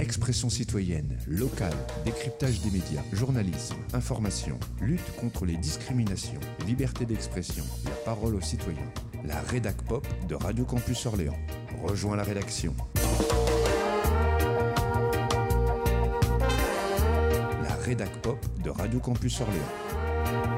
Expression citoyenne, locale, décryptage des médias, journalisme, information, lutte contre les discriminations, liberté d'expression, la parole aux citoyens. La Rédac Pop de Radio Campus Orléans. Rejoins la rédaction. La Rédac Pop de Radio Campus Orléans.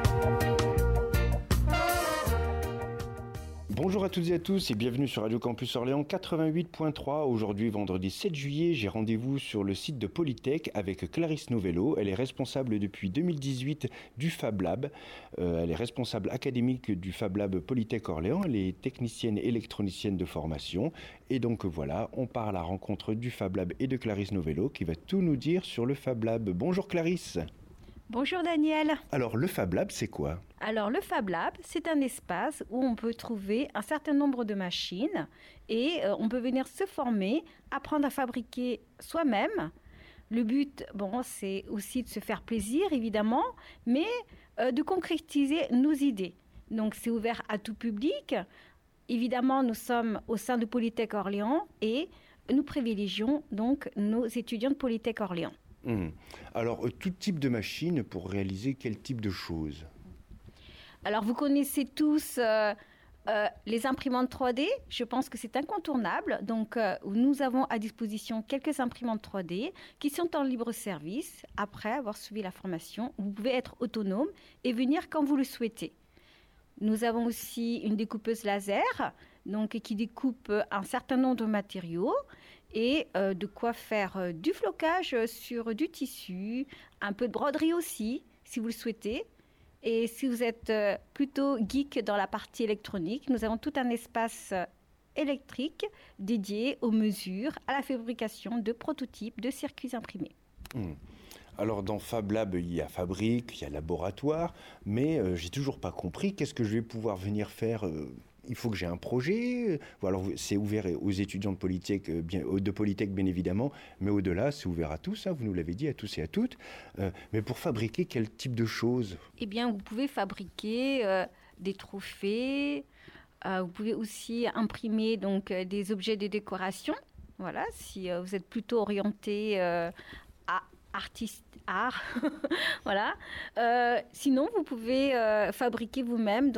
Bonjour à toutes et à tous et bienvenue sur Radio Campus Orléans 88.3. Aujourd'hui, vendredi 7 juillet, j'ai rendez-vous sur le site de Polytech avec Clarisse Novello. Elle est responsable depuis 2018 du Fab Lab. Elle est responsable académique du Fab Lab Polytech Orléans. Elle est technicienne électronicienne de formation. Et donc voilà, on part à la rencontre du Fab Lab et de Clarisse Novello qui va tout nous dire sur le Fab Lab. Bonjour Clarisse. Bonjour Daniel. Alors le Fab Lab, c'est quoi ? Alors le Fab Lab, c'est un espace où on peut trouver un certain nombre de machines et on peut venir se former, apprendre à fabriquer soi-même. Le but, c'est aussi de se faire plaisir évidemment, mais de concrétiser nos idées. Donc c'est ouvert à tout public. Évidemment, nous sommes au sein de Polytech Orléans et nous privilégions donc nos étudiants de Polytech Orléans. Alors, tout type de machine pour réaliser quel type de choses ? Alors, vous connaissez tous les imprimantes 3D. Je pense que c'est incontournable. Donc, nous avons à disposition quelques imprimantes 3D qui sont en libre service. Après avoir suivi la formation, vous pouvez être autonome et venir quand vous le souhaitez. Nous avons aussi une découpeuse laser qui découpe un certain nombre de matériaux et de quoi faire du flocage sur du tissu, un peu de broderie aussi, si vous le souhaitez. Et si vous êtes plutôt geek dans la partie électronique, nous avons tout un espace électrique dédié aux mesures, à la fabrication de prototypes de circuits imprimés. Alors dans Fab Lab, il y a fabrique, il y a laboratoire, mais j'ai toujours pas compris qu'est-ce que je vais pouvoir venir faire. Il faut que j'ai un projet. Alors c'est ouvert aux étudiants de Polytech, bien évidemment, mais au-delà, c'est ouvert à tous. Vous nous l'avez dit, à tous et à toutes. Mais pour fabriquer quel type de choses ? Eh bien, vous pouvez fabriquer des trophées. Vous pouvez aussi imprimer des objets de décoration. Voilà, si vous êtes plutôt orienté art. Voilà. Sinon, vous pouvez fabriquer vous-même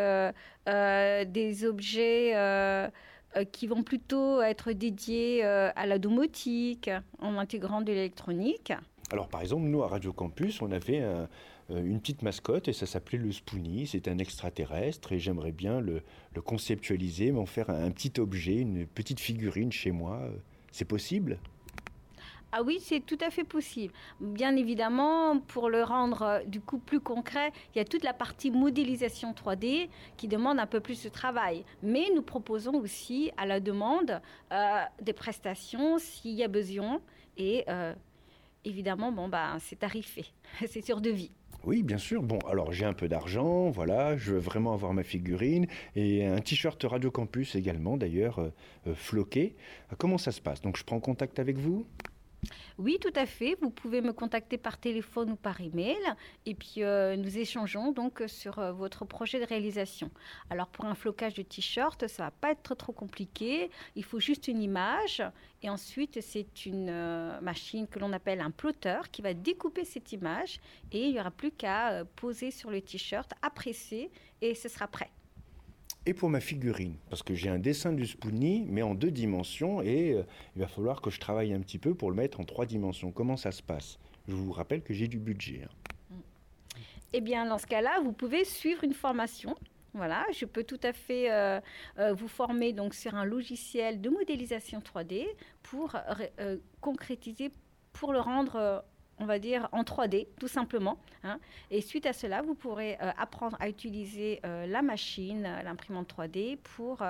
des objets qui vont plutôt être dédiés à la domotique en intégrant de l'électronique. Alors par exemple, nous à Radio Campus, on avait une petite mascotte et ça s'appelait le Spoonie. C'est un extraterrestre et j'aimerais bien le conceptualiser, m'en faire un petit objet, une petite figurine chez moi. C'est possible ? Ah oui, c'est tout à fait possible. Bien évidemment, pour le rendre plus concret, il y a toute la partie modélisation 3D qui demande un peu plus de travail. Mais nous proposons aussi à la demande des prestations s'il y a besoin. Et évidemment, c'est tarifé, c'est sur devis. Oui, bien sûr. Bon, alors j'ai un peu d'argent, voilà, je veux vraiment avoir ma figurine et un t-shirt Radio Campus également, d'ailleurs, floqué. Comment ça se passe ? Donc je prends contact avec vous ? Oui, tout à fait. Vous pouvez me contacter par téléphone ou par email et puis nous échangeons sur votre projet de réalisation. Alors pour un flocage de t-shirt, ça va pas être trop compliqué. Il faut juste une image et ensuite c'est une machine que l'on appelle un plotter qui va découper cette image et il n'y aura plus qu'à poser sur le t-shirt, à presser et ce sera prêt. Et pour ma figurine, parce que j'ai un dessin du Spoonie, mais en 2 dimensions, et il va falloir que je travaille un petit peu pour le mettre en 3 dimensions. Comment ça se passe ? Je vous rappelle que j'ai du budget. Eh bien, dans ce cas-là, vous pouvez suivre une formation. Voilà, je peux tout à fait vous former sur un logiciel de modélisation 3D pour concrétiser, pour le rendre on va dire en 3D, tout simplement. Et suite à cela, vous pourrez apprendre à utiliser la machine, l'imprimante 3D pour,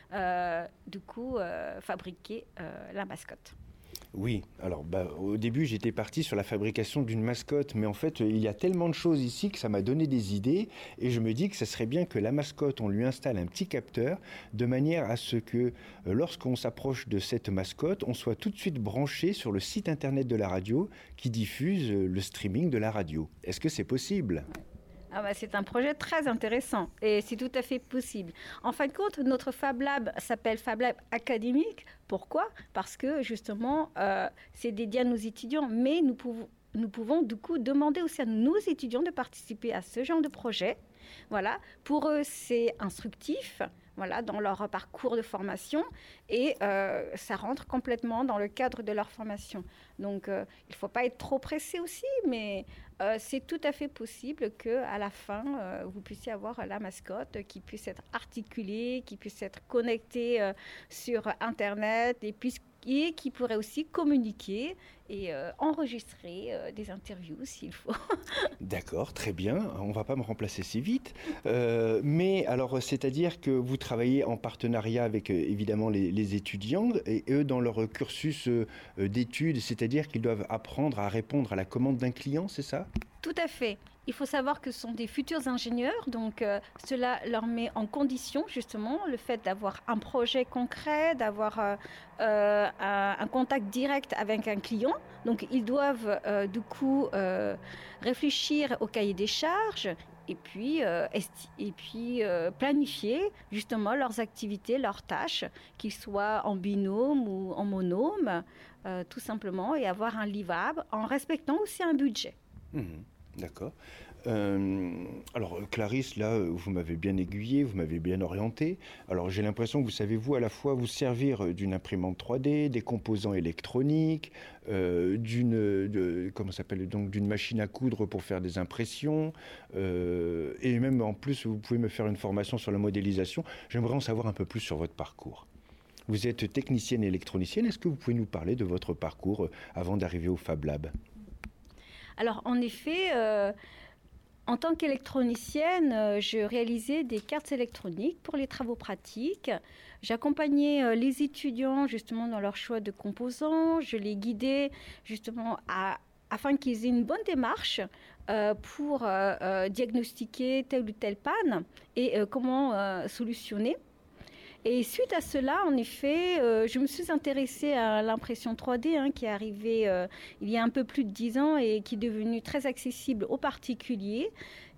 fabriquer la mascotte. Oui, alors au début j'étais parti sur la fabrication d'une mascotte, mais en fait il y a tellement de choses ici que ça m'a donné des idées et je me dis que ça serait bien que la mascotte, on lui installe un petit capteur de manière à ce que lorsqu'on s'approche de cette mascotte, on soit tout de suite branché sur le site internet de la radio qui diffuse le streaming de la radio. Est-ce que c'est possible ? Ah bah, c'est un projet très intéressant et c'est tout à fait possible. En fin de compte, notre Fab Lab s'appelle Fab Lab académique. Pourquoi ? Parce que justement, c'est dédié à nos étudiants, mais nous pouvons du coup demander aussi à nos étudiants de participer à ce genre de projet. Voilà. Pour eux, c'est instructif. Voilà, dans leur parcours de formation et ça rentre complètement dans le cadre de leur formation. Donc, il ne faut pas être trop pressé aussi, mais c'est tout à fait possible qu'à la fin, vous puissiez avoir la mascotte qui puisse être articulée, qui puisse être connectée sur Internet et qui pourrait aussi communiquer et enregistrer des interviews s'il faut. D'accord, très bien. On ne va pas me remplacer si vite. Mais alors, c'est-à-dire que vous travaillez en partenariat avec évidemment les étudiants et eux dans leur cursus d'études, c'est-à-dire qu'ils doivent apprendre à répondre à la commande d'un client, c'est ça ? Tout à fait. Il faut savoir que ce sont des futurs ingénieurs, donc cela leur met en condition justement le fait d'avoir un projet concret, d'avoir un contact direct avec un client. Donc ils doivent du coup réfléchir au cahier des charges et puis planifier justement leurs activités, leurs tâches, qu'ils soient en binôme ou en monôme, tout simplement, et avoir un livrable en respectant aussi un budget. D'accord. Alors Clarisse, là, vous m'avez bien aiguillé, vous m'avez bien orienté. Alors j'ai l'impression que vous savez, vous, à la fois vous servir d'une imprimante 3D, des composants électroniques, d'une machine à coudre pour faire des impressions, et même en plus vous pouvez me faire une formation sur la modélisation. J'aimerais en savoir un peu plus sur votre parcours. Vous êtes technicienne électronicienne, est-ce que vous pouvez nous parler de votre parcours avant d'arriver au Fab Lab ? Alors, en effet, en tant qu'électronicienne, je réalisais des cartes électroniques pour les travaux pratiques. J'accompagnais les étudiants justement dans leur choix de composants. Je les guidais justement afin qu'ils aient une bonne démarche pour diagnostiquer telle ou telle panne et comment solutionner. Et suite à cela, en effet, je me suis intéressée à l'impression 3D qui est arrivée il y a un peu plus de 10 ans et qui est devenue très accessible aux particuliers.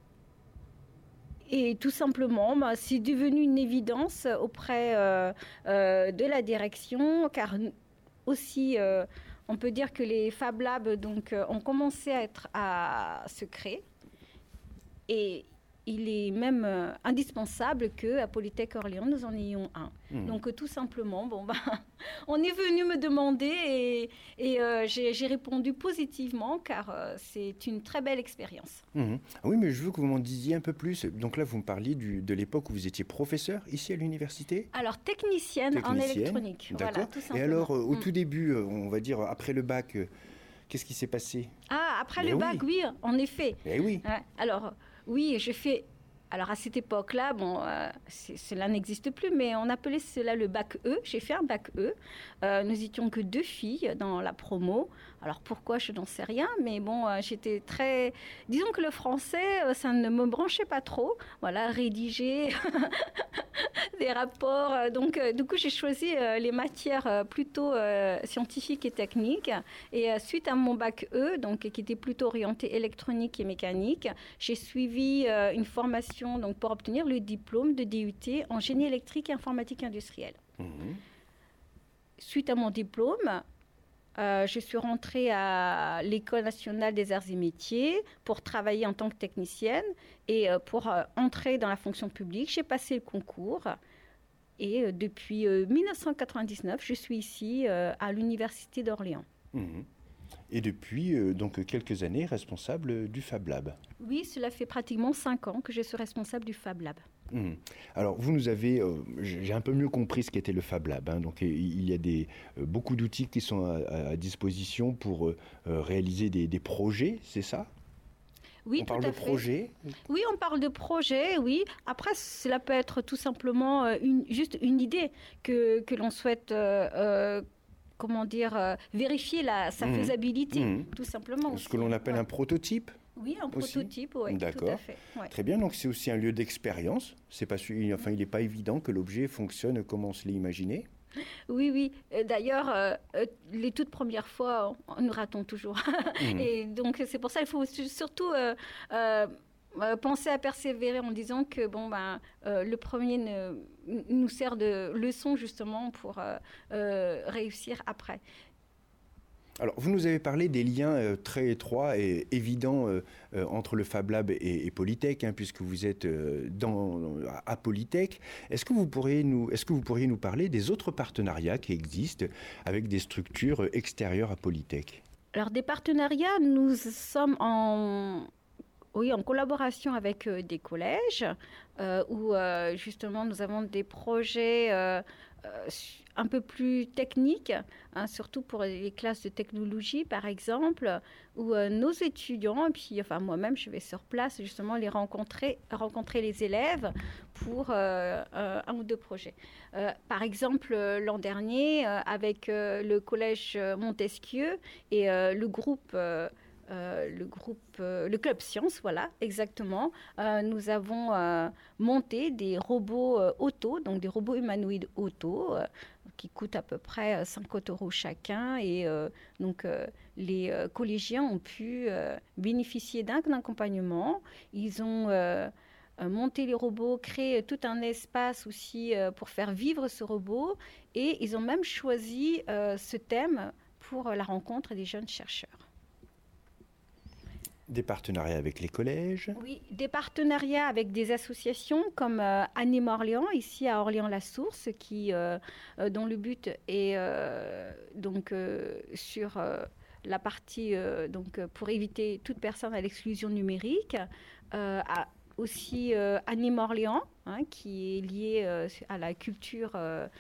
Et tout simplement, c'est devenu une évidence auprès de la direction, car aussi, on peut dire que les Fab Labs ont commencé à se créer. Et il est même indispensable qu'à Polytech Orléans, nous en ayons un. Donc tout simplement, on est venu me demander et j'ai répondu positivement car c'est une très belle expérience. Oui, mais je veux que vous m'en disiez un peu plus. Donc là, vous me parliez de l'époque où vous étiez professeur ici à l'université ? Alors, technicienne en électronique. D'accord. Voilà, tout simplement. Et alors, au tout début, on va dire après le bac, qu'est-ce qui s'est passé ? Ah, après le bac, oui, en effet. Eh oui. Alors, oui, je fais... Alors, à cette époque-là, cela n'existe plus, mais on appelait cela le bac E. J'ai fait un bac E. Nous étions que 2 filles dans la promo. Alors, pourquoi, je n'en sais rien, mais j'étais très... Disons que le français, ça ne me branchait pas trop. Voilà, rédiger des rapports. Donc, du coup, j'ai choisi les matières plutôt scientifiques et techniques. Et suite à mon bac E, qui était plutôt orienté électronique et mécanique, j'ai suivi une formation pour obtenir le diplôme de DUT en génie électrique et informatique industrielle. Suite à mon diplôme, je suis rentrée à l'École nationale des arts et métiers pour travailler en tant que technicienne. Et pour entrer dans la fonction publique, j'ai passé le concours. Et depuis 1999, je suis ici à l'Université d'Orléans. Et depuis quelques années, responsable du Fab Lab. Oui, cela fait pratiquement 5 ans que je suis responsable du Fab Lab. Alors, vous nous avez... j'ai un peu mieux compris ce qu'était le Fab Lab. Donc, il y a beaucoup d'outils qui sont à disposition pour réaliser des projets, c'est ça ? Oui, on parle de projet. Oui, on parle de projet, oui. Après, cela peut être tout simplement juste une idée que l'on souhaite... vérifier sa faisabilité, tout simplement. Ce que l'on appelle un prototype. Oui, un prototype, oui, d'accord. Tout à fait. Ouais. Très bien, donc c'est aussi un lieu d'expérience. Il n'est pas évident que l'objet fonctionne comme on se l'est imaginé. Oui. D'ailleurs, les toutes premières fois, nous ratons toujours. Et donc, c'est pour ça qu'il faut surtout penser à persévérer en disant que le premier nous sert de leçon justement pour réussir après. Alors, vous nous avez parlé des liens très étroits et évidents entre le Fab Lab et Polytech, puisque vous êtes à Polytech. Est-ce que vous pourriez nous parler des autres partenariats qui existent avec des structures extérieures à Polytech ? Alors, des partenariats, nous sommes en collaboration avec des collèges où justement nous avons des projets un peu plus techniques, surtout pour les classes de technologie par exemple, où nos étudiants, et puis moi-même je vais sur place justement les rencontrer les élèves pour un ou deux projets. Par exemple l'an dernier avec le collège Montesquieu et le Club Science, voilà, exactement. Nous avons monté des robots auto, donc des robots humanoïdes auto, qui coûtent à peu près 50 € chacun. Et les collégiens ont pu bénéficier d'un accompagnement. Ils ont monté les robots, créé tout un espace aussi pour faire vivre ce robot. Et ils ont même choisi ce thème pour la rencontre des jeunes chercheurs. Des partenariats avec les collèges ? Oui, des partenariats avec des associations comme Anime Orléans, ici à Orléans-la-Source, dont le but est sur la partie pour éviter toute personne à l'exclusion numérique. Aussi Anime Orléans, qui est lié à la culture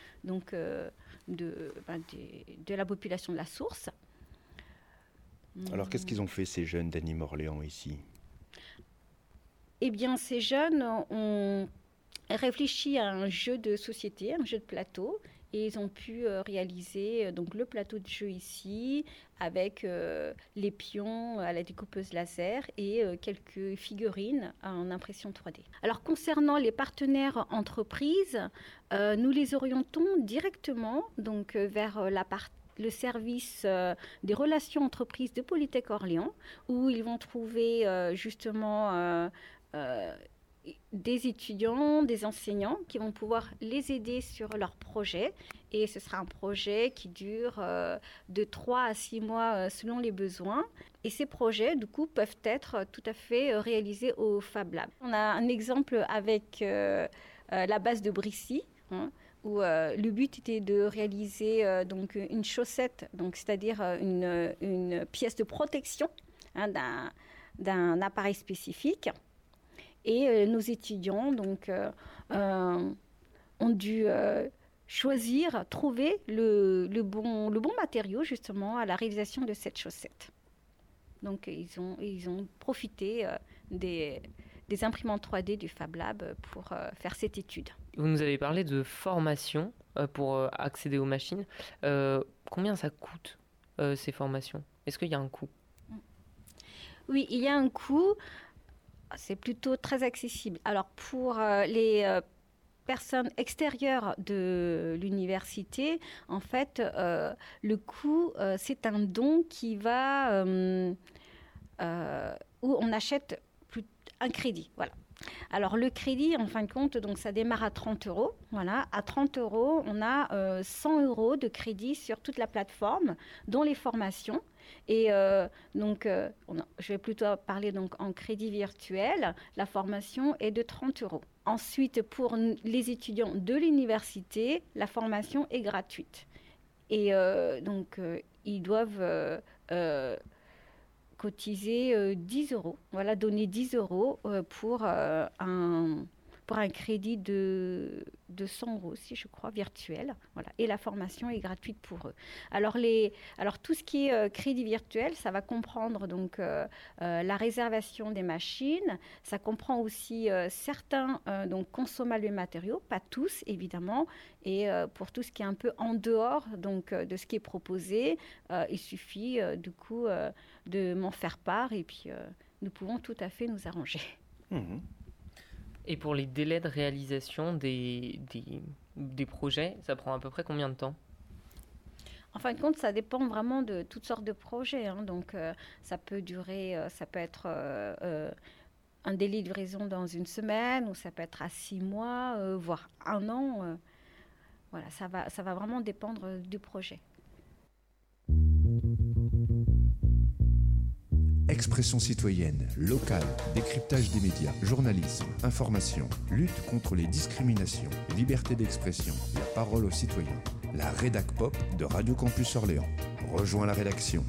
de la population de la Source. Alors, qu'est-ce qu'ils ont fait, ces jeunes d'Anime Orléans, ici ? Eh bien, ces jeunes ont réfléchi à un jeu de société, un jeu de plateau, et ils ont pu réaliser le plateau de jeu ici, avec les pions à la découpeuse laser et quelques figurines en impression 3D. Alors, concernant les partenaires entreprises, nous les orientons directement vers le service des relations entreprises de Polytech Orléans, où ils vont trouver justement des étudiants, des enseignants qui vont pouvoir les aider sur leur projet. Et ce sera un projet qui dure de 3 à 6 mois selon les besoins. Et ces projets, du coup, peuvent être tout à fait réalisés au Fab Lab. On a un exemple avec la base de Brissy, où le but était de réaliser une chaussette, c'est-à-dire une pièce de protection d'un appareil spécifique. Et nos étudiants ont dû trouver le bon matériau justement à la réalisation de cette chaussette. Donc ils ont profité des imprimantes 3D du Fab Lab pour faire cette étude. Vous nous avez parlé de formation pour accéder aux machines. Combien ça coûte ces formations ? Est-ce qu'il y a un coût ? Oui, il y a un coût. C'est plutôt très accessible. Alors pour les personnes extérieures de l'université, en fait, le coût, c'est un don qui va où on achète un crédit. Voilà. Alors le crédit, en fin de compte, ça démarre à 30 €. Voilà. À 30 €, on a 100 € de crédit sur toute la plateforme, dont les formations. Et je vais plutôt parler en crédit virtuel. La formation est de 30 €. Ensuite, pour les étudiants de l'université, la formation est gratuite. Et ils doivent cotiser 10 €. Voilà, donner 10 € pour un crédit de 100 € aussi, je crois, virtuel. Voilà. Et la formation est gratuite pour eux. Alors tout ce qui est crédit virtuel, ça va comprendre la réservation des machines. Ça comprend aussi certains consommables matériaux, pas tous évidemment. Et pour tout ce qui est un peu en dehors de ce qui est proposé, il suffit de m'en faire part et puis nous pouvons tout à fait nous arranger. Mmh. Et pour les délais de réalisation des projets, ça prend à peu près combien de temps ? En fin de compte, ça dépend vraiment de toutes sortes de projets. Ça peut durer, ça peut être un délai de livraison dans 1 semaine, ou ça peut être à 6 mois, voire 1 an. Voilà, ça va vraiment dépendre du projet. Expression citoyenne, locale, décryptage des médias, journalisme, information, lutte contre les discriminations, liberté d'expression, la parole aux citoyens. La Rédac Pop de Radio Campus Orléans. Rejoins la rédaction.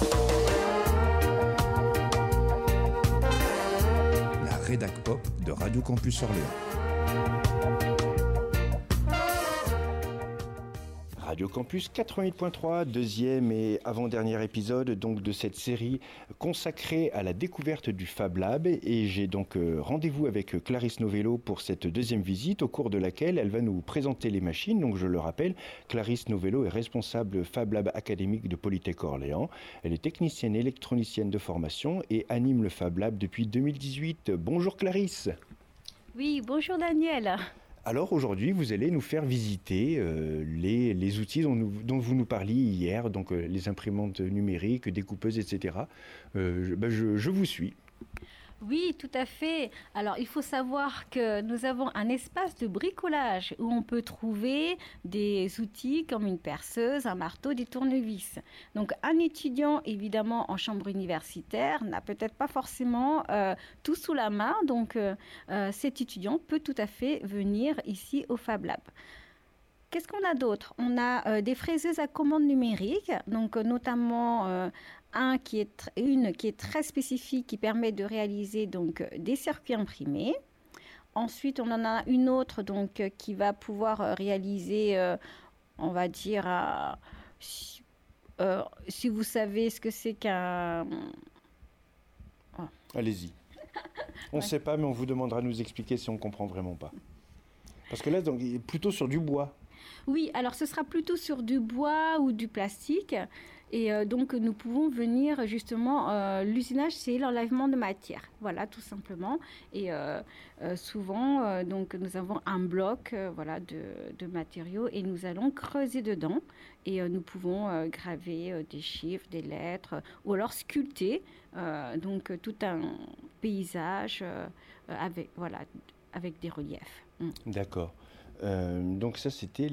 La Rédac Pop de Radio Campus Orléans. Radio Campus 88.3, deuxième et avant-dernier épisode donc de cette série consacrée à la découverte du Fab Lab, et j'ai donc rendez-vous avec Clarisse Novello pour cette deuxième visite au cours de laquelle elle va nous présenter les machines. Donc je le rappelle, Clarisse Novello est responsable Fab Lab académique de Polytech Orléans. Elle est technicienne électronicienne de formation et anime le Fab Lab depuis 2018. Bonjour Clarisse. Oui, bonjour Daniel. Alors aujourd'hui, vous allez nous faire visiter les outils dont vous nous parliez hier, donc les imprimantes numériques, découpeuses, etc. Je vous suis. Oui, tout à fait. Alors, il faut savoir que nous avons un espace de bricolage où on peut trouver des outils comme une perceuse, un marteau, des tournevis. Donc, un étudiant, évidemment, en chambre universitaire, n'a peut-être pas forcément tout sous la main. Donc, cet étudiant peut tout à fait venir ici au Fab Lab. Qu'est-ce qu'on a d'autre? On a des fraiseuses à commande numérique, donc notamment une qui est très spécifique, qui permet de réaliser donc des circuits imprimés. Ensuite, on en a une autre donc qui va pouvoir réaliser, on va dire, si vous savez ce que c'est qu'un... Oh. Allez-y. On ne sait pas, mais on vous demandera de nous expliquer si on ne comprend vraiment pas. Parce que là, donc, il est plutôt sur du bois. Oui, alors ce sera plutôt sur du bois ou du plastique. Et donc, nous pouvons venir justement, l'usinage, c'est l'enlèvement de matière. Voilà, tout simplement. Et souvent, donc, nous avons un bloc voilà, de matériaux et nous allons creuser dedans. Et nous pouvons graver des chiffres, des lettres, ou alors sculpter donc, tout un paysage avec des reliefs. D'accord. Donc ça, c'était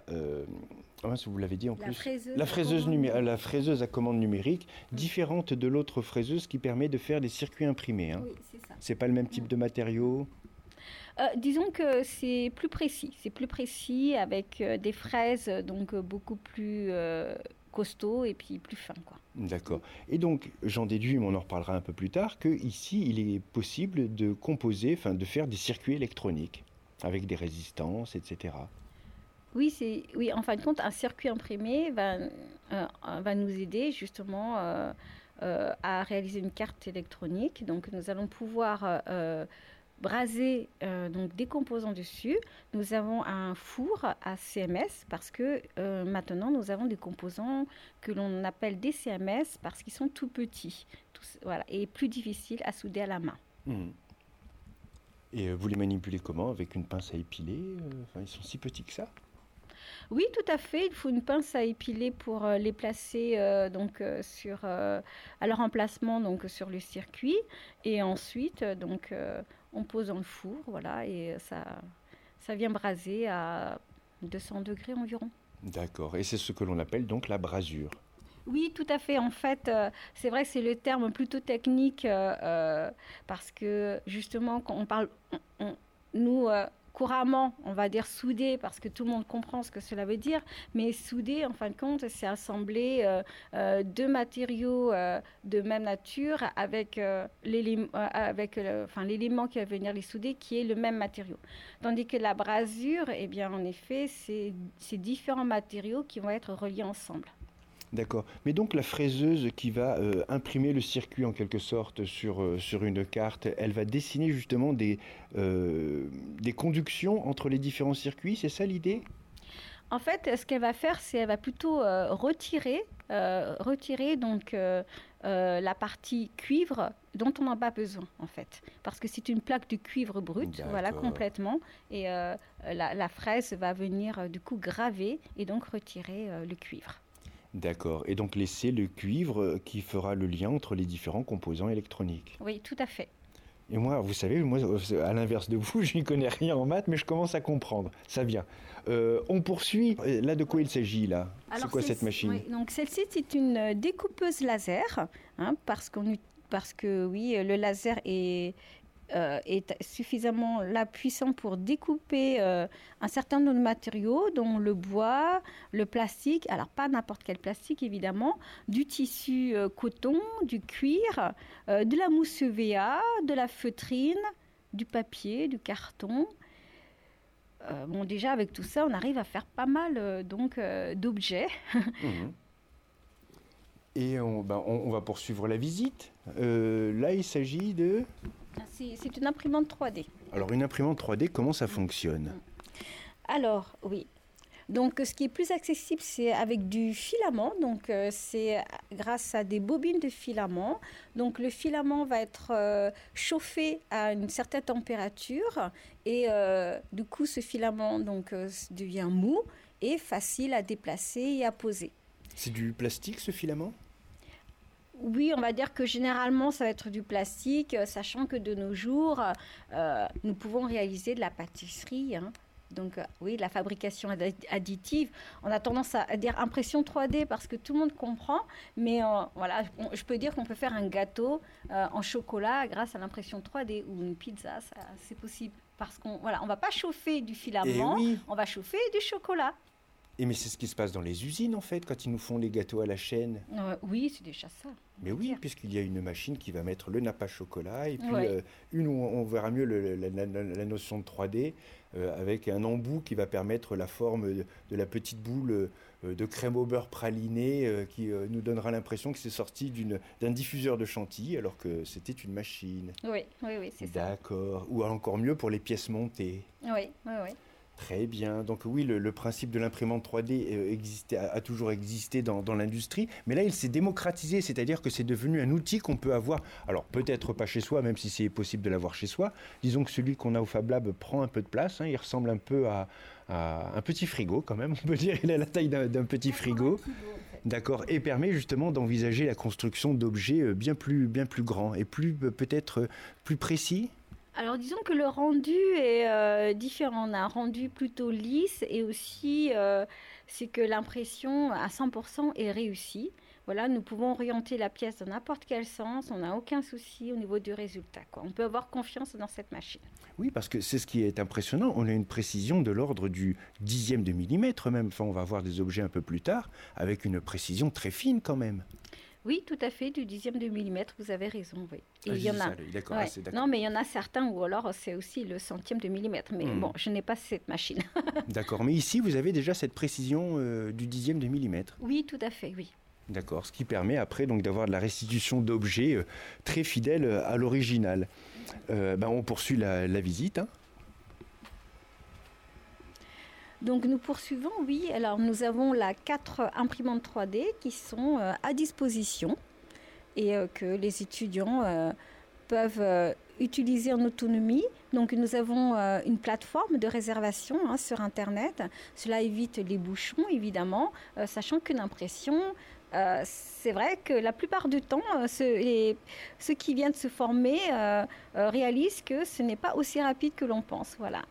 vous l'avez dit en plus, la fraiseuse à commande numérique, différente de l'autre fraiseuse qui permet de faire des circuits imprimés. Hein. Oui, c'est ça. C'est pas le même type de matériaux. Disons que c'est plus précis avec des fraises donc beaucoup plus costauds et puis plus fins, quoi. D'accord. Et donc, j'en déduis, mais on en reparlera un peu plus tard, qu'ici, il est possible de de faire des circuits électroniques avec des résistances, etc. Oui, en fin de compte, un circuit imprimé va nous aider justement à réaliser une carte électronique. Donc, nous allons pouvoir braser donc des composants dessus. Nous avons un four à CMS parce que maintenant, nous avons des composants que l'on appelle des CMS parce qu'ils sont tout petits et plus difficiles à souder à la main. Et vous les manipulez comment? Avec une pince à épiler? Ils sont si petits que ça? Oui, tout à fait. Il faut une pince à épiler pour les placer à leur emplacement donc sur le circuit. Et ensuite, on pose dans le four, voilà, et ça vient braser à 200 degrés environ. D'accord. Et c'est ce que l'on appelle donc la brasure. Oui, tout à fait. En fait, c'est vrai que c'est le terme plutôt technique parce que justement, quand on parle, couramment, on va dire souder parce que tout le monde comprend ce que cela veut dire, mais souder, en fin de compte, c'est assembler deux matériaux de même nature avec l'élément qui va venir les souder, qui est le même matériau. Tandis que la brasure, eh bien, en effet, c'est différents matériaux qui vont être reliés ensemble. D'accord. Mais donc la fraiseuse qui va imprimer le circuit en quelque sorte sur une carte, elle va dessiner justement des conductions entre les différents circuits, c'est ça l'idée? En fait, ce qu'elle va faire, c'est qu'elle va plutôt retirer donc la partie cuivre dont on n'a pas besoin en fait, parce que c'est une plaque de cuivre brut, voilà, complètement, et la fraise va venir du coup graver et donc retirer le cuivre. D'accord. Et donc laisser le cuivre qui fera le lien entre les différents composants électroniques. Oui, tout à fait. Et moi, vous savez, moi, à l'inverse de vous, je n'y connais rien en maths, mais je commence à comprendre. Ça vient. On poursuit. Là, de quoi il s'agit, là? C'est quoi cette machine? Oui, donc celle-ci, c'est une découpeuse laser, hein, parce que oui, le laser est suffisamment là puissant pour découper un certain nombre de matériaux, dont le bois, le plastique, alors pas n'importe quel plastique évidemment, du tissu coton, du cuir, de la mousse EVA, de la feutrine, du papier, du carton. Bon, déjà avec tout ça, on arrive à faire pas mal d'objets. Mhm. Et on va poursuivre la visite. Là, il s'agit de... C'est une imprimante 3D. Alors, une imprimante 3D, comment ça fonctionne? Alors, oui. Donc, ce qui est plus accessible, c'est avec du filament. Donc, c'est grâce à des bobines de filament. Donc, le filament va être chauffé à une certaine température. Et du coup, ce filament devient mou et facile à déplacer et à poser. C'est du plastique, ce filament? Oui, on va dire que généralement, ça va être du plastique, sachant que de nos jours, nous pouvons réaliser de la pâtisserie. Hein. Donc, oui, la fabrication additive. On a tendance à dire impression 3D parce que tout le monde comprend. Mais voilà, je peux dire qu'on peut faire un gâteau en chocolat grâce à l'impression 3D ou une pizza, c'est possible. Parce qu'on on va pas chauffer du filament, oui. On va chauffer du chocolat. Mais c'est ce qui se passe dans les usines, en fait, quand ils nous font les gâteaux à la chaîne. Oui, c'est déjà ça. Mais oui, puisqu'il y a une machine qui va mettre le nappage chocolat, et puis Ouais. une où on verra mieux la notion de 3D, avec un embout qui va permettre la forme de la petite boule de crème au beurre pralinée, qui nous donnera l'impression que c'est sorti d'un diffuseur de chantilly, alors que c'était une machine. Oui, c'est ça. D'accord. Ou encore mieux pour les pièces montées. Oui. Très bien. Donc oui, le principe de l'imprimante 3D a toujours existé dans l'industrie, mais là, il s'est démocratisé, c'est-à-dire que c'est devenu un outil qu'on peut avoir, alors peut-être pas chez soi, même si c'est possible de l'avoir chez soi. Disons que celui qu'on a au Fab Lab prend un peu de place, hein, il ressemble un peu à un petit frigo quand même, on peut dire, il a la taille d'un petit frigo. D'accord, et permet justement d'envisager la construction d'objets bien plus grands et peut-être plus précis. Alors disons que le rendu est différent. On a un rendu plutôt lisse et aussi c'est que l'impression à 100% est réussie. Voilà, nous pouvons orienter la pièce dans n'importe quel sens, on n'a aucun souci au niveau du résultat, quoi. On peut avoir confiance dans cette machine. Oui, parce que c'est ce qui est impressionnant, on a une précision de l'ordre du dixième de millimètre même. Enfin, on va voir des objets un peu plus tard avec une précision très fine quand même. Oui, tout à fait, du dixième de millimètre, vous avez raison, oui. Et il y en a. D'accord, Ouais. c'est d'accord. Non, mais il y en a certains où alors c'est aussi le centième de millimètre. Mais bon, je n'ai pas cette machine. D'accord, mais ici vous avez déjà cette précision du dixième de millimètre. Oui, tout à fait, oui. D'accord, ce qui permet après donc d'avoir de la restitution d'objets très fidèles à l'original. On poursuit la visite. Hein. Donc nous poursuivons, oui. Alors nous avons 4 imprimantes 3D qui sont à disposition et que les étudiants peuvent utiliser en autonomie. Donc nous avons une plateforme de réservation sur Internet. Cela évite les bouchons, évidemment, sachant qu'une impression, c'est vrai que la plupart du temps, ceux qui viennent de se former réalisent que ce n'est pas aussi rapide que l'on pense. Voilà.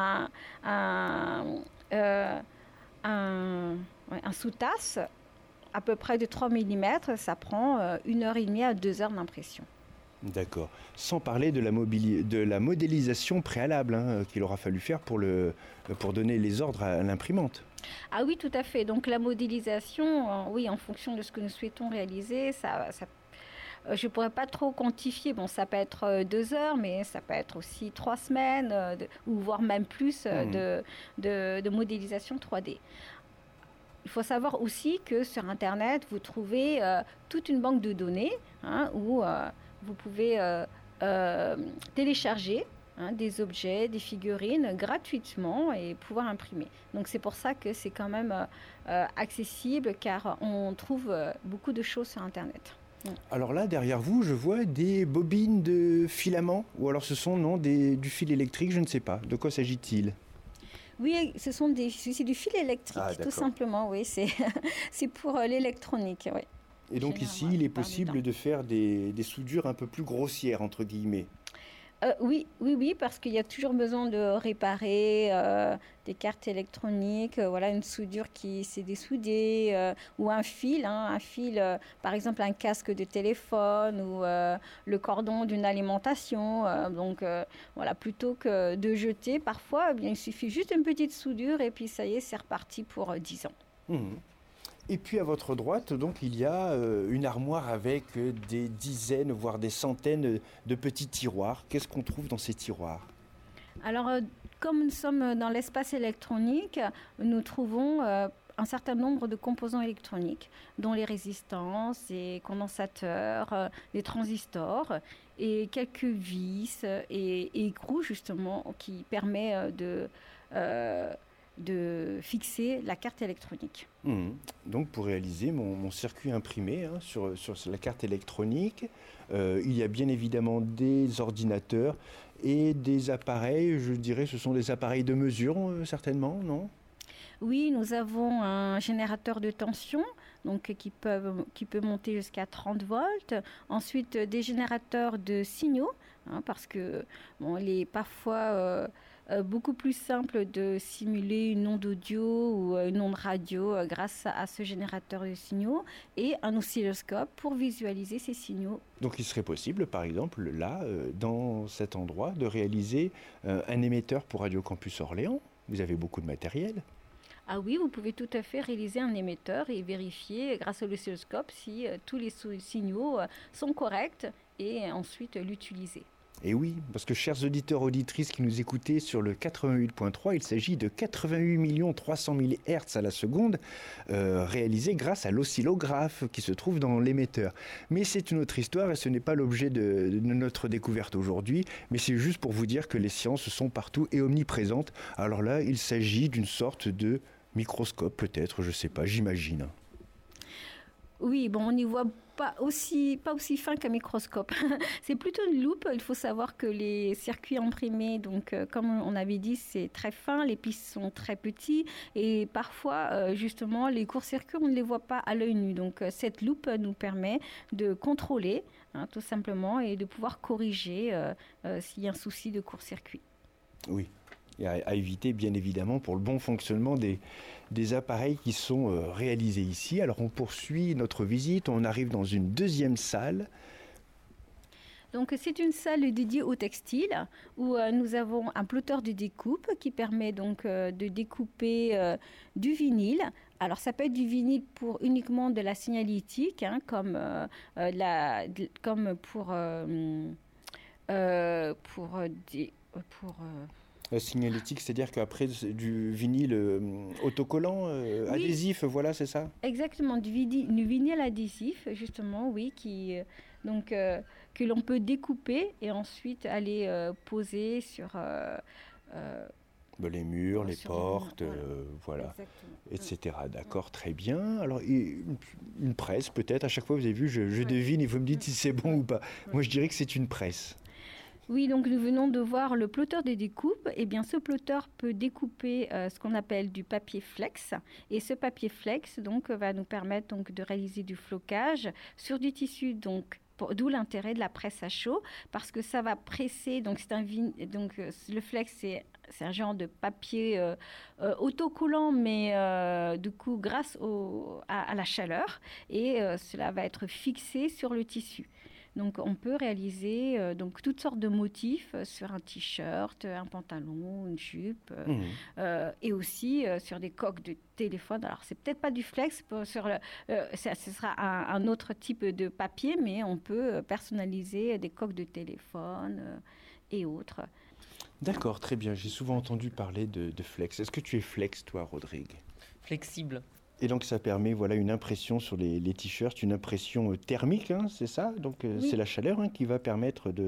Un sous-tasse à peu près de 3 mm, ça prend 1h30 à 2 heures d'impression. D'accord. Sans parler de la modélisation préalable qu'il aura fallu faire pour donner les ordres à l'imprimante. Ah oui, tout à fait. Donc la modélisation, oui, en fonction de ce que nous souhaitons réaliser, je ne pourrais pas trop quantifier. Bon, ça peut être 2 heures, mais ça peut être aussi 3 semaines, ou voire même plus de modélisation 3D. Il faut savoir aussi que sur Internet, vous trouvez toute une banque de données où vous pouvez télécharger des objets, des figurines gratuitement et pouvoir imprimer. Donc c'est pour ça que c'est quand même accessible car on trouve beaucoup de choses sur Internet. Alors là, derrière vous, je vois des bobines de filaments, ou alors ce sont du fil électrique, je ne sais pas. De quoi s'agit-il ? Oui, c'est du fil électrique, tout simplement. Oui, c'est pour l'électronique. Oui. Et donc ici, il est possible de faire des soudures un peu plus grossières, entre guillemets. Oui, parce qu'il y a toujours besoin de réparer des cartes électroniques, voilà, une soudure qui s'est dessoudée, ou un fil, par exemple un casque de téléphone ou le cordon d'une alimentation. Voilà, plutôt que de jeter, parfois, eh bien, il suffit juste une petite soudure et puis ça y est, c'est reparti pour 10 ans. Mhm. Et puis à votre droite, donc, il y a une armoire avec des dizaines, voire des centaines de petits tiroirs. Qu'est-ce qu'on trouve dans ces tiroirs? Alors, comme nous sommes dans l'espace électronique, nous trouvons un certain nombre de composants électroniques, dont les résistances, les condensateurs, les transistors, et quelques vis et écrous, justement, qui permettent de fixer la carte électronique. Donc pour réaliser mon circuit imprimé sur la carte électronique, il y a bien évidemment des ordinateurs et des appareils, je dirais ce sont des appareils de mesure certainement, non? Oui, nous avons un générateur de tension donc, qui peut monter jusqu'à 30 volts. Ensuite, des générateurs de signaux, parce que il est parfois beaucoup plus simple de simuler une onde audio ou une onde radio grâce à ce générateur de signaux, et un oscilloscope pour visualiser ces signaux. Donc il serait possible, par exemple, là, dans cet endroit, de réaliser un émetteur pour Radio Campus Orléans. Vous avez beaucoup de matériel. Ah oui, vous pouvez tout à fait réaliser un émetteur et vérifier grâce à l'oscilloscope si tous les signaux sont corrects et ensuite l'utiliser. Et oui, parce que chers auditeurs, auditrices qui nous écoutez sur le 88.3, il s'agit de 88 300 000 Hz à la seconde, réalisés grâce à l'oscillographe qui se trouve dans l'émetteur. Mais c'est une autre histoire et ce n'est pas l'objet de notre découverte aujourd'hui, mais c'est juste pour vous dire que les sciences sont partout et omniprésentes. Alors là, il s'agit d'une sorte de microscope peut-être, je ne sais pas, j'imagine. Oui, on n'y voit pas aussi fin qu'un microscope. C'est plutôt une loupe. Il faut savoir que les circuits imprimés, donc comme on avait dit, c'est très fin, les pistes sont très petits et parfois, justement, les courts-circuits, on ne les voit pas à l'œil nu. Donc cette loupe nous permet de contrôler, tout simplement, et de pouvoir corriger s'il y a un souci de court-circuit. Oui. Et à éviter bien évidemment pour le bon fonctionnement des appareils qui sont réalisés ici. Alors on poursuit notre visite, on arrive dans une deuxième salle. Donc c'est une salle dédiée au textile où nous avons un plotter de découpe qui permet donc de découper du vinyle. Alors ça peut être du vinyle pour uniquement de la signalétique, comme pour La signalétique, c'est-à-dire qu'après du vinyle autocollant, oui. Adhésif, voilà, c'est ça? Exactement, du vinyle adhésif, justement, oui, que l'on peut découper et ensuite aller poser sur... les murs, les portes, voilà, etc. D'accord, très bien. Alors, une presse, peut-être, à chaque fois, vous avez vu, je devine et vous me dites si c'est bon ou pas. Moi, je dirais que c'est une presse. Oui, donc nous venons de voir le plotter de découpe. Eh bien, ce plotter peut découper ce qu'on appelle du papier flex. Et ce papier flex donc, va nous permettre donc, de réaliser du flocage sur du tissu. Donc, d'où l'intérêt de la presse à chaud, parce que ça va presser. Donc, le flex, c'est un genre de papier autocollant, mais du coup, grâce à la chaleur. Et cela va être fixé sur le tissu. Donc, on peut réaliser toutes sortes de motifs sur un t-shirt, un pantalon, une jupe, et aussi sur des coques de téléphone. Alors, c'est peut-être pas du flex, ce sera un autre type de papier, mais on peut personnaliser des coques de téléphone et autres. D'accord, très bien. J'ai souvent entendu parler de flex. Est-ce que tu es flex, toi, Rodrigue? Flexible. Et donc ça permet une impression sur les t-shirts, une impression thermique, c'est ça? Donc oui. C'est la chaleur qui va permettre de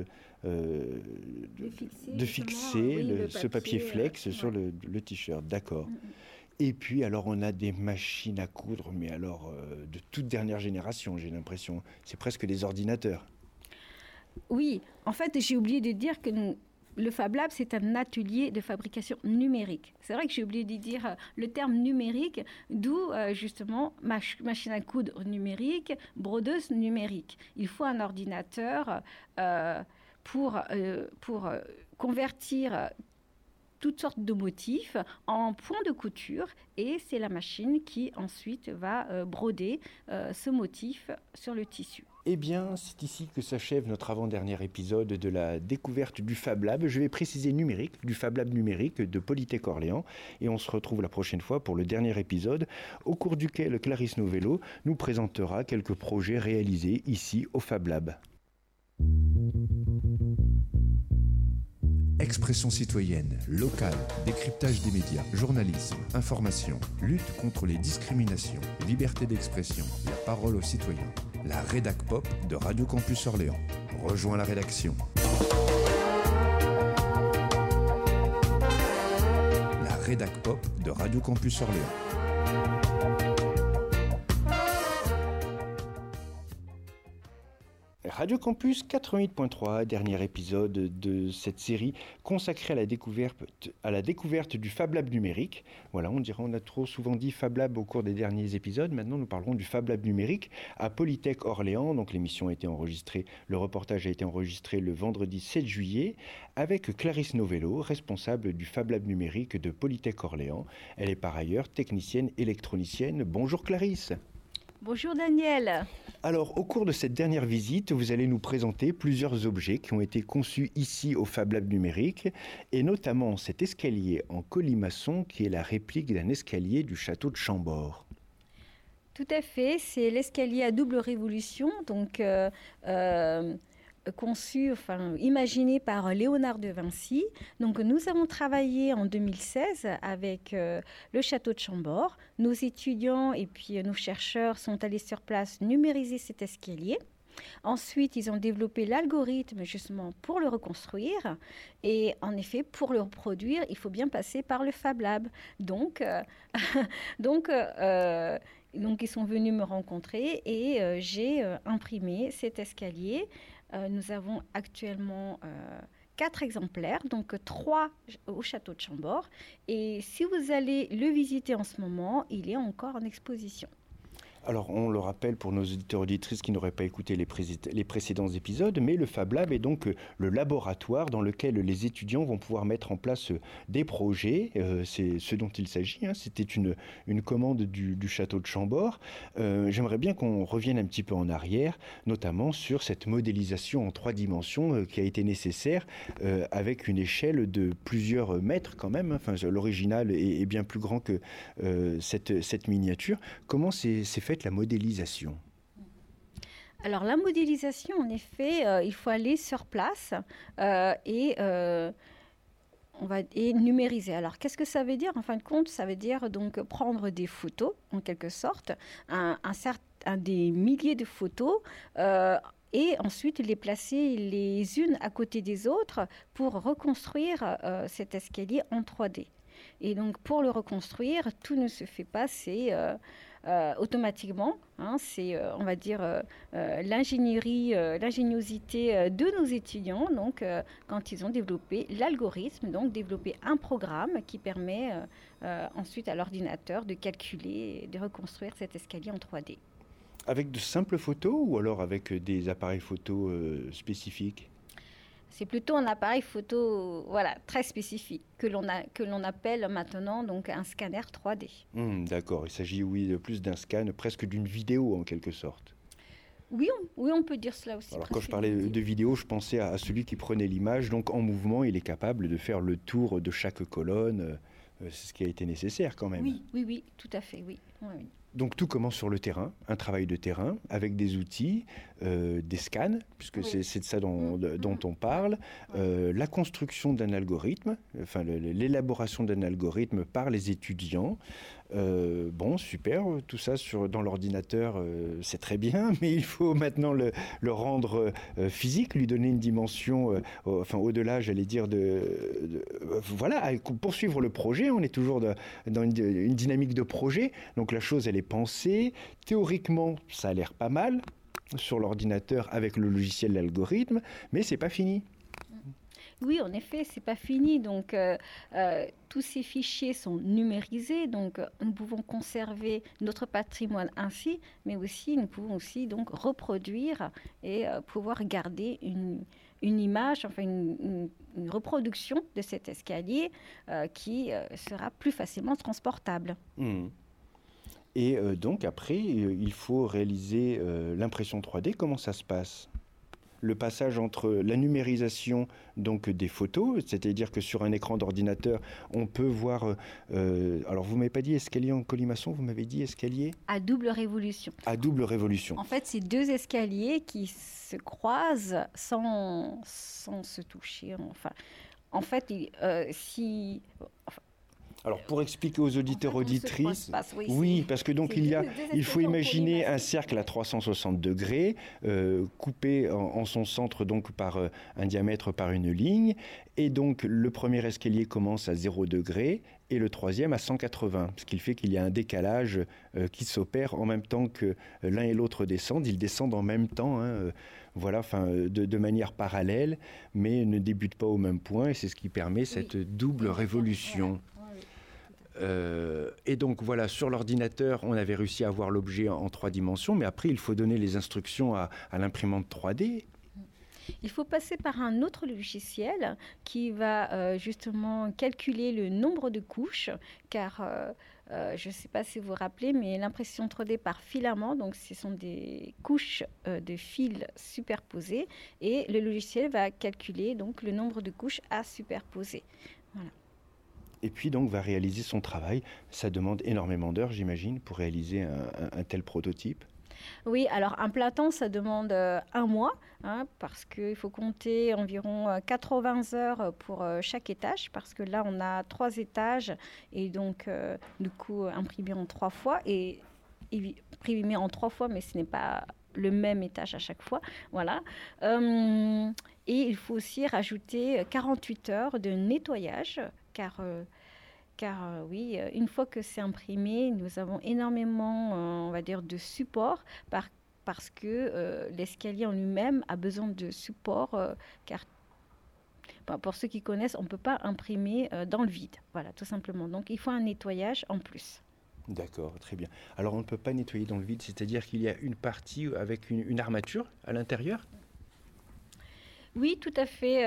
fixer ce papier flex sur le t-shirt. D'accord. Et puis alors on a des machines à coudre, mais alors de toute dernière génération, j'ai l'impression. C'est presque des ordinateurs. Oui, en fait j'ai oublié de dire que le Fab Lab, c'est un atelier de fabrication numérique. C'est vrai que j'ai oublié de dire le terme numérique, d'où justement machine à coudre numérique, brodeuse numérique. Il faut un ordinateur pour convertir toutes sortes de motifs en points de couture, et c'est la machine qui ensuite va broder ce motif sur le tissu. Eh bien, c'est ici que s'achève notre avant-dernier épisode de la découverte du Fab Lab. Je vais préciser numérique, du Fab Lab numérique de Polytech Orléans. Et on se retrouve la prochaine fois pour le dernier épisode, au cours duquel Clarisse Novello nous présentera quelques projets réalisés ici au Fab Lab. Expression citoyenne, locale, décryptage des médias, journalisme, information, lutte contre les discriminations, liberté d'expression, la parole aux citoyens. La Rédac Pop de Radio Campus Orléans. Rejoins la rédaction. La Rédac Pop de Radio Campus Orléans. Radio Campus 88.3, dernier épisode de cette série consacrée à la découverte du Fab Lab numérique. Voilà, on a trop souvent dit Fab Lab au cours des derniers épisodes. Maintenant, nous parlerons du Fab Lab numérique à Polytech Orléans. Donc, l'émission a été enregistrée, le reportage a été enregistré le vendredi 7 juillet avec Clarisse Novello, responsable du Fab Lab numérique de Polytech Orléans. Elle est par ailleurs technicienne électronicienne. Bonjour Clarisse. Bonjour Daniel. Alors, au cours de cette dernière visite, vous allez nous présenter plusieurs objets qui ont été conçus ici au Fab Lab numérique, et notamment cet escalier en colimaçon qui est la réplique d'un escalier du château de Chambord. Tout à fait, c'est l'escalier à double révolution, donc imaginé par Léonard de Vinci. Donc, nous avons travaillé en 2016 avec le château de Chambord. Nos étudiants et puis nos chercheurs sont allés sur place numériser cet escalier. Ensuite, ils ont développé l'algorithme justement pour le reconstruire. Et en effet, pour le reproduire, il faut bien passer par le Fab Lab. Donc, ils sont venus me rencontrer et j'ai imprimé cet escalier. Nous avons actuellement 4 exemplaires, donc 3 au château de Chambord. Et si vous allez le visiter en ce moment, il est encore en exposition. Alors, on le rappelle pour nos auditeurs et auditrices qui n'auraient pas écouté les précédents épisodes, mais le Fab Lab est donc le laboratoire dans lequel les étudiants vont pouvoir mettre en place des projets. C'est ce dont il s'agit. C'était une commande du château de Chambord. J'aimerais bien qu'on revienne un petit peu en arrière, notamment sur cette modélisation en 3 dimensions qui a été nécessaire avec une échelle de plusieurs mètres quand même. Enfin, l'original est bien plus grand que cette miniature. Comment s'est faite la modélisation? Alors la modélisation, en effet, il faut aller sur place et numériser. Alors qu'est-ce que ça veut dire? En fin de compte, ça veut dire donc prendre des photos, en quelque sorte, des milliers de photos, et ensuite les placer les unes à côté des autres pour reconstruire cet escalier en 3D. Et donc pour le reconstruire, tout ne se fait pas, c'est automatiquement. C'est, on va dire, l'ingéniosité de nos étudiants, donc, quand ils ont développé l'algorithme, donc développé un programme qui permet ensuite à l'ordinateur de calculer, de reconstruire cet escalier en 3D. Avec de simples photos ou alors avec des appareils photo spécifiques? C'est plutôt un appareil photo très spécifique que l'on appelle maintenant donc un scanner 3D. D'accord, il s'agit de plus d'un scan, presque d'une vidéo en quelque sorte. Oui, on peut dire cela aussi. Alors quand je parlais de vidéo, je pensais à celui qui prenait l'image, donc en mouvement, il est capable de faire le tour de chaque colonne. C'est ce qui a été nécessaire quand même. Oui, tout à fait, oui. Donc tout commence sur le terrain, un travail de terrain avec des outils, des scans, puisque c'est de ça dont on parle, la construction d'un algorithme, enfin l'élaboration d'un algorithme par les étudiants. Super, tout ça dans l'ordinateur, c'est très bien, mais il faut maintenant le rendre physique, lui donner une dimension, au-delà, j'allais dire, poursuivre le projet. On est toujours dans une dynamique de projet, donc la chose, elle est pensée. Théoriquement, ça a l'air pas mal sur l'ordinateur avec le logiciel, l'algorithme, mais c'est pas fini. Oui, en effet, c'est pas fini. Donc, tous ces fichiers sont numérisés. Donc, nous pouvons conserver notre patrimoine ainsi, mais aussi, nous pouvons aussi donc reproduire et pouvoir garder une image, enfin une reproduction de cet escalier qui sera plus facilement transportable. Mmh. Et donc après, il faut réaliser l'impression 3D. Comment ça se passe? Le passage entre la numérisation donc des photos, c'est-à-dire que sur un écran d'ordinateur, on peut voir. Alors vous m'avez pas dit escalier en colimaçon, vous m'avez dit escalier À double révolution. à double révolution. En fait, c'est deux escaliers qui se croisent sans se toucher. Enfin, en fait, si Alors pour expliquer aux auditeurs En fait, on se auditrices, croise pas, oui, oui, c'est- parce que donc c'est il deux faut escaliers en imaginer un colimaçon. cercle à 360 degrés, coupé en son centre donc par un diamètre par une ligne, et donc le premier escalier commence à 0 degré et le troisième à 180, ce qui fait qu'il y a un décalage qui s'opère en même temps que l'un et l'autre descendent. Ils descendent en même temps, hein, voilà, de manière parallèle, mais ne débutent pas au même point, et c'est ce qui permet cette double révolution. Et donc voilà, sur l'ordinateur, on avait réussi à avoir l'objet en 3 dimensions, mais après, il faut donner les instructions à l'imprimante 3D. Il faut passer par un autre logiciel qui va justement calculer le nombre de couches, car je ne sais pas si vous vous rappelez, mais l'impression 3D par filament, donc ce sont des couches de fils superposées, et le logiciel va calculer donc le nombre de couches à superposer. Voilà. Et puis donc va réaliser son travail. Ça demande énormément d'heures, j'imagine, pour réaliser un tel prototype. Oui, alors un plein temps, ça demande un mois, hein, parce qu'il faut compter environ 80 heures pour chaque étage, parce que là, on a 3 étages, et donc, du coup, imprimé en 3 fois, et imprimé en 3 fois, mais ce n'est pas le même étage à chaque fois. Voilà. Et il faut aussi rajouter 48 heures de nettoyage, car oui, une fois que c'est imprimé, nous avons énormément, on va dire, de support parce que l'escalier en lui-même a besoin de support, car pour ceux qui connaissent, on ne peut pas imprimer dans le vide. Voilà, tout simplement. Donc, il faut un nettoyage en plus. D'accord, très bien. Alors on ne peut pas nettoyer dans le vide, c'est-à-dire qu'il y a une partie avec une armature à l'intérieur? Oui, tout à fait.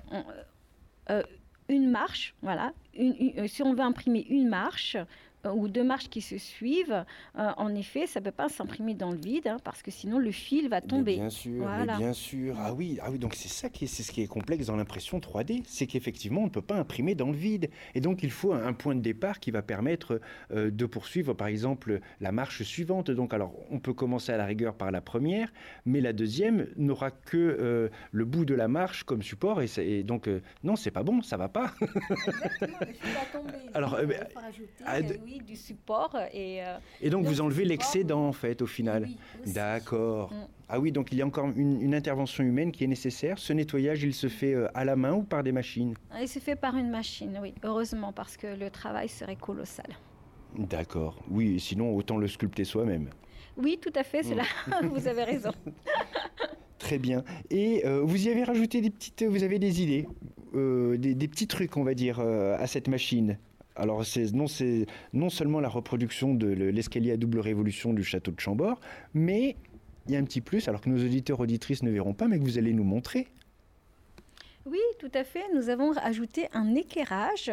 Une marche, voilà. Si on veut imprimer une marche ou 2 marches qui se suivent, en effet, ça ne peut pas s'imprimer dans le vide, hein, parce que sinon le fil va tomber. Mais Voilà. bien sûr. Ah oui, donc c'est ça c'est ce qui est complexe dans l'impression 3D, c'est qu'effectivement on ne peut pas imprimer dans le vide. Et donc il faut un point de départ qui va permettre de poursuivre par exemple la marche suivante. Donc alors on peut commencer à la rigueur par la première, mais la deuxième n'aura que le bout de la marche comme support, et donc non, c'est pas bon, ça va pas. Exactement, le fil va tomber. Alors, il faut rajouter oui, du support. Et donc vous donc, enlevez le l'excédent en fait au final. Oui, aussi. D'accord. Mm. Ah oui, donc il y a encore une intervention humaine qui est nécessaire. Ce nettoyage, il se fait à la main ou par des machines? Il se fait par une machine, oui, heureusement, parce que le travail serait colossal. D'accord. Oui, sinon autant le sculpter soi-même. Oui, tout à fait, c'est là, vous avez raison. Très bien. Et vous y avez rajouté vous avez des idées, des petits trucs, on va dire, à cette machine. Alors, c'est non seulement la reproduction de l'escalier à double révolution du château de Chambord, mais il y a un petit plus, alors que nos auditeurs auditrices ne verront pas, mais que vous allez nous montrer. Oui, tout à fait. Nous avons ajouté un éclairage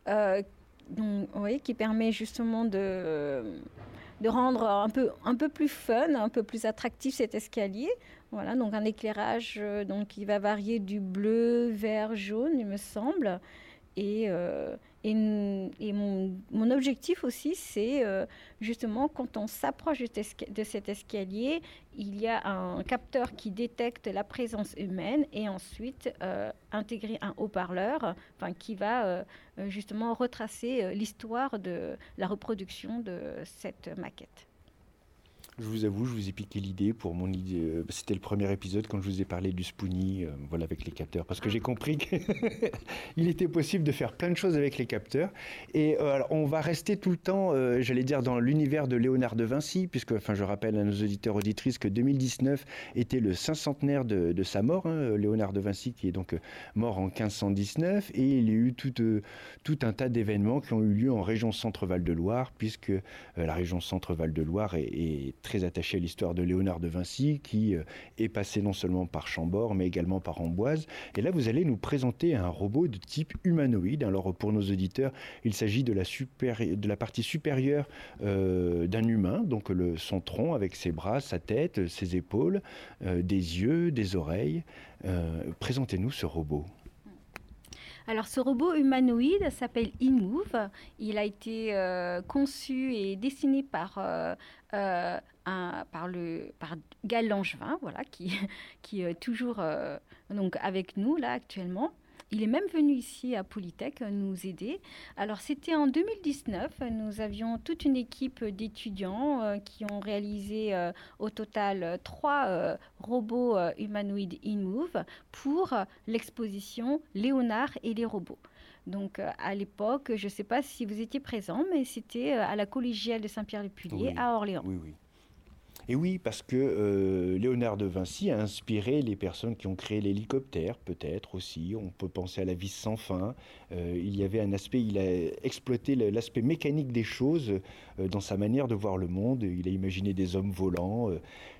qui permet justement de rendre un peu plus fun, un peu plus attractif cet escalier. Voilà, donc un éclairage qui va varier du bleu, vert, jaune, il me semble. Et mon objectif aussi, c'est justement quand on s'approche de cet escalier, il y a un capteur qui détecte la présence humaine et ensuite intégrer un haut-parleur qui va justement retracer l'histoire de la reproduction de cette maquette. Je vous avoue, je vous ai piqué l'idée pour mon idée. C'était le premier épisode quand je vous ai parlé du Spoonie, voilà, avec les capteurs, parce que j'ai compris qu'il était possible de faire plein de choses avec les capteurs. Et alors, on va rester tout le temps, j'allais dire, dans l'univers de Léonard de Vinci, puisque, enfin, je rappelle à nos auditeurs auditrices que 2019 était le 500e de sa mort, hein, Léonard de Vinci, qui est donc mort en 1519, et il y a eu tout un tas d'événements qui ont eu lieu en région Centre-Val de Loire, puisque la région Centre-Val de Loire est très attaché à l'histoire de Léonard de Vinci, qui est passé non seulement par Chambord, mais également par Amboise. Et là, vous allez nous présenter un robot de type humanoïde. Alors, pour nos auditeurs, il s'agit de la partie supérieure d'un humain, donc son tronc avec ses bras, sa tête, ses épaules, des yeux, des oreilles. Présentez-nous ce robot. Alors, ce robot humanoïde s'appelle InMove. Il a été conçu et dessiné par Gaël Langevin, voilà, qui est toujours donc avec nous là actuellement. Il est même venu ici à Polytech nous aider. Alors, c'était en 2019. Nous avions toute une équipe d'étudiants qui ont réalisé au total 3 robots humanoïdes InMove pour l'exposition Léonard et les robots. Donc, à l'époque, je ne sais pas si vous étiez présent, mais c'était à la collégiale de Saint-Pierre-le-Pulier à Orléans. Oui, oui. Et oui, parce que Léonard de Vinci a inspiré les personnes qui ont créé l'hélicoptère, peut-être aussi. On peut penser à la vis sans fin. Il y avait un aspect, il a exploité l'aspect mécanique des choses dans sa manière de voir le monde. Il a imaginé des hommes volants.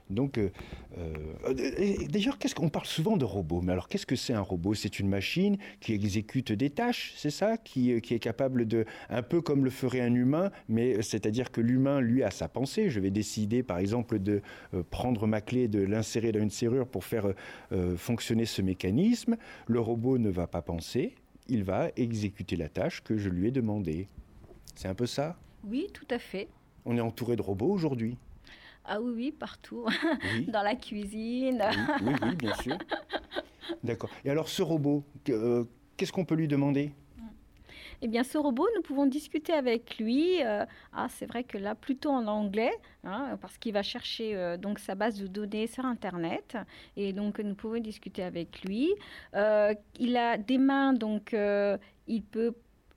D'ailleurs, on parle souvent de robots, mais alors qu'est-ce que c'est un robot? C'est une machine qui exécute des tâches, c'est ça, qui est capable de, un peu comme le ferait un humain, mais c'est-à-dire que l'humain, lui, a sa pensée. Je vais décider, par exemple, de prendre ma clé, de l'insérer dans une serrure pour faire fonctionner ce mécanisme. Le robot ne va pas penser, il va exécuter la tâche que je lui ai demandée. C'est un peu ça? Oui, tout à fait. On est entouré de robots aujourd'hui. Ah oui, oui, partout. Oui. Dans la cuisine. Oui, bien sûr. D'accord. Et alors, ce robot, qu'est-ce qu'on peut lui demander? Eh bien, ce robot, nous pouvons discuter avec lui. C'est vrai que là, plutôt en anglais, hein, parce qu'il va chercher donc sa base de données sur Internet. Et donc, nous pouvons discuter avec lui. Il a des mains, donc il peut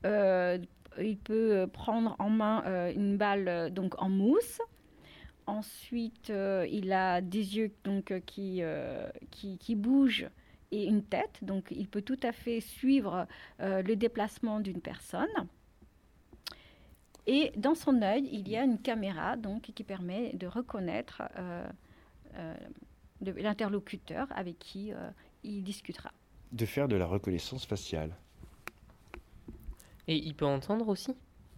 prendre en main une balle donc en mousse. Ensuite, il a des yeux donc, qui bougent et une tête. Donc, il peut tout à fait suivre le déplacement d'une personne. Et dans son œil, il y a une caméra donc, qui permet de reconnaître l'interlocuteur avec qui il discutera. De faire de la reconnaissance faciale. Et il peut entendre aussi?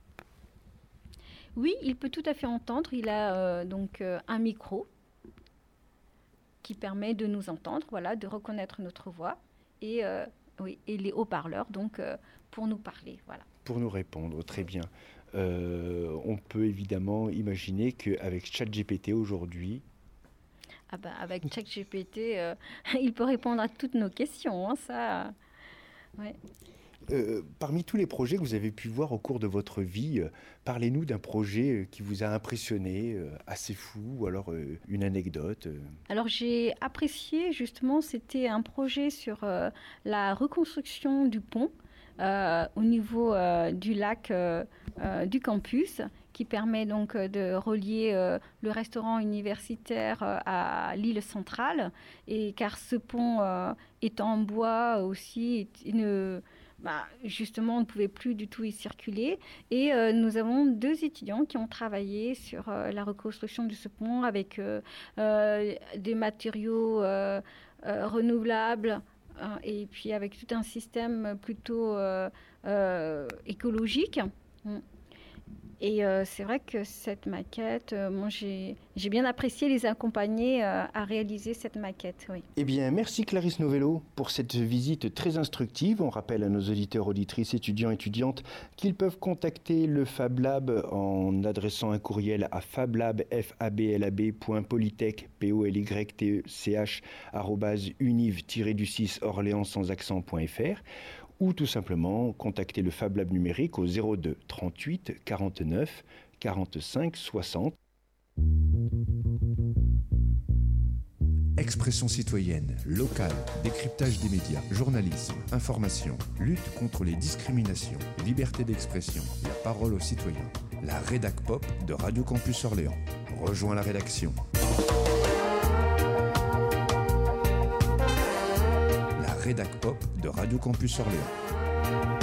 Oui, il peut tout à fait entendre. Il a donc un micro qui permet de nous entendre, voilà, de reconnaître notre voix et les haut-parleurs donc pour nous parler, voilà. Pour nous répondre, très bien. On peut évidemment imaginer qu'avec ChatGPT aujourd'hui... avec ChatGPT, il peut répondre à toutes nos questions, hein, ça... Ouais. Parmi tous les projets que vous avez pu voir au cours de votre vie, parlez-nous d'un projet qui vous a impressionné, assez fou, ou alors une anecdote. Alors j'ai apprécié justement, c'était un projet sur la reconstruction du pont au niveau du lac du campus, qui permet donc de relier le restaurant universitaire à l'île centrale, et car ce pont étant en bois aussi, justement, on ne pouvait plus du tout y circuler. Et nous avons 2 étudiants qui ont travaillé sur la reconstruction de ce pont avec des matériaux renouvelables et puis avec tout un système plutôt écologique. Et c'est vrai que cette maquette, moi j'ai bien apprécié les accompagner à réaliser cette maquette. Oui. Eh bien, merci Clarisse Novello pour cette visite très instructive. On rappelle à nos auditeurs, auditrices, étudiants, étudiantes qu'ils peuvent contacter le Fab Lab en adressant un courriel à fablab@univ-orléans sans accent.fr, ou tout simplement contacter le Fab Lab numérique au 02 38 49 45 60. Expression citoyenne, locale, décryptage des médias, journalisme, information, lutte contre les discriminations, liberté d'expression, la parole aux citoyens. La Rédac Pop de Radio Campus Orléans. Rejoins la rédaction. La Rédac Pop de Radio Campus Orléans.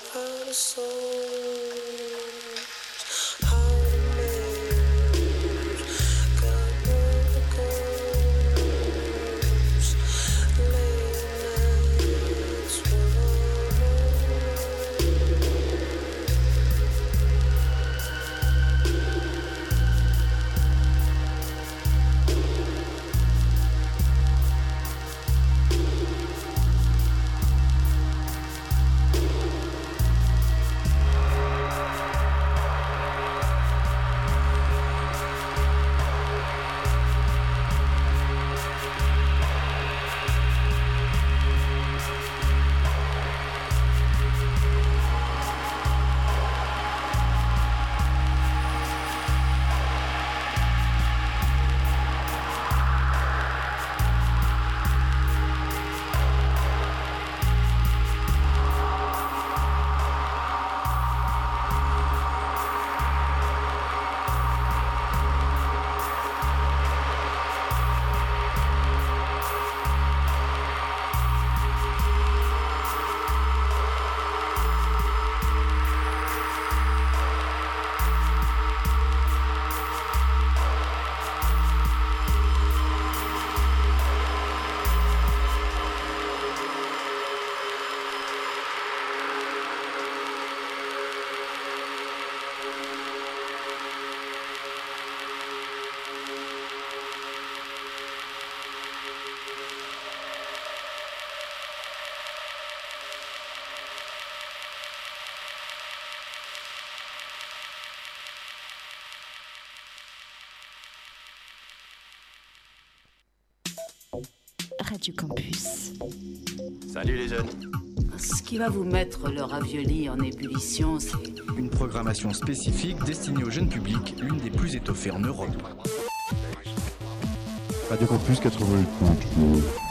Radio Campus. Salut les jeunes. Ce qui va vous mettre le ravioli en ébullition, c'est Une programmation spécifique destinée au jeune public, l'une des plus étoffées en Europe. Radio Campus 88.